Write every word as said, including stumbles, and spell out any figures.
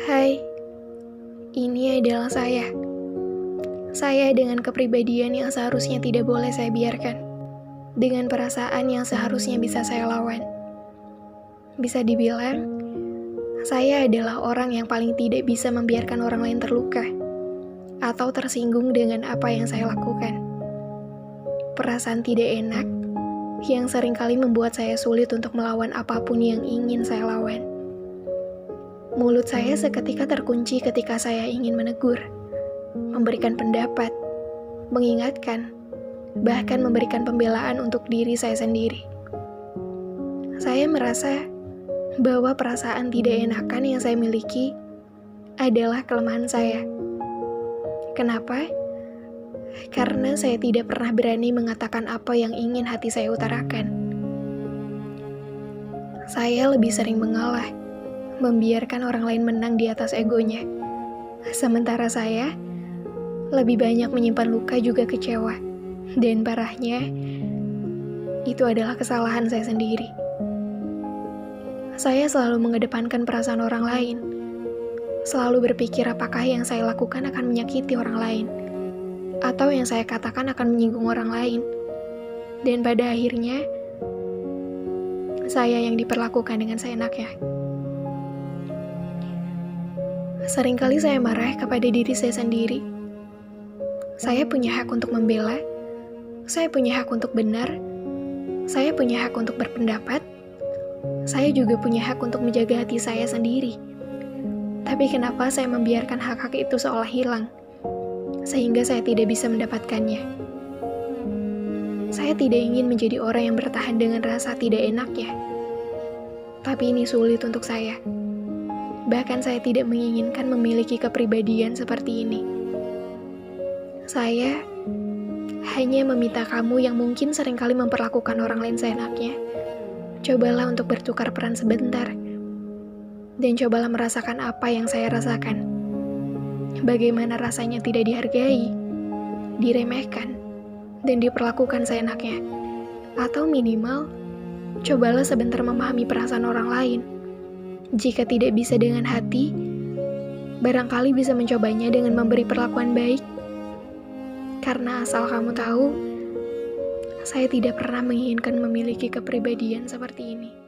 Hai, ini adalah saya. Saya dengan kepribadian yang seharusnya tidak boleh saya biarkan. Dengan perasaan yang seharusnya bisa saya lawan. Bisa dibilang, saya adalah orang yang paling tidak bisa membiarkan orang lain terluka atau tersinggung dengan apa yang saya lakukan. Perasaan tidak enak yang seringkali membuat saya sulit untuk melawan apapun yang ingin saya lawan. Mulut saya seketika terkunci ketika saya ingin menegur, memberikan pendapat, mengingatkan, bahkan memberikan pembelaan untuk diri saya sendiri. Saya merasa bahwa perasaan tidak enakan yang saya miliki adalah kelemahan saya. Kenapa? Karena saya tidak pernah berani mengatakan apa yang ingin hati saya utarakan. Saya lebih sering mengalah, membiarkan orang lain menang di atas egonya. Sementara saya lebih banyak menyimpan luka juga kecewa. Dan parahnya, itu adalah kesalahan saya sendiri. Saya selalu mengedepankan perasaan orang lain. Selalu berpikir apakah yang saya lakukan akan menyakiti orang lain. Atau yang saya katakan akan menyinggung orang lain. Dan pada akhirnya, saya yang diperlakukan dengan seenaknya. Seringkali saya marah kepada diri saya sendiri. Saya punya hak untuk membela. Saya punya hak untuk benar. Saya punya hak untuk berpendapat. Saya juga punya hak untuk menjaga hati saya sendiri. Tapi kenapa saya membiarkan hak-hak itu seolah hilang, sehingga saya tidak bisa mendapatkannya? Saya tidak ingin menjadi orang yang bertahan dengan rasa tidak enaknya. Tapi ini sulit untuk saya. Bahkan saya tidak menginginkan memiliki kepribadian seperti ini. Saya hanya meminta kamu yang mungkin seringkali memperlakukan orang lain seenaknya. Cobalah untuk bertukar peran sebentar. Dan cobalah merasakan apa yang saya rasakan. Bagaimana rasanya tidak dihargai, diremehkan, dan diperlakukan seenaknya. Atau minimal, cobalah sebentar memahami perasaan orang lain. Jika tidak bisa dengan hati, barangkali bisa mencobanya dengan memberi perlakuan baik. Karena asal kamu tahu, saya tidak pernah menginginkan memiliki kepribadian seperti ini.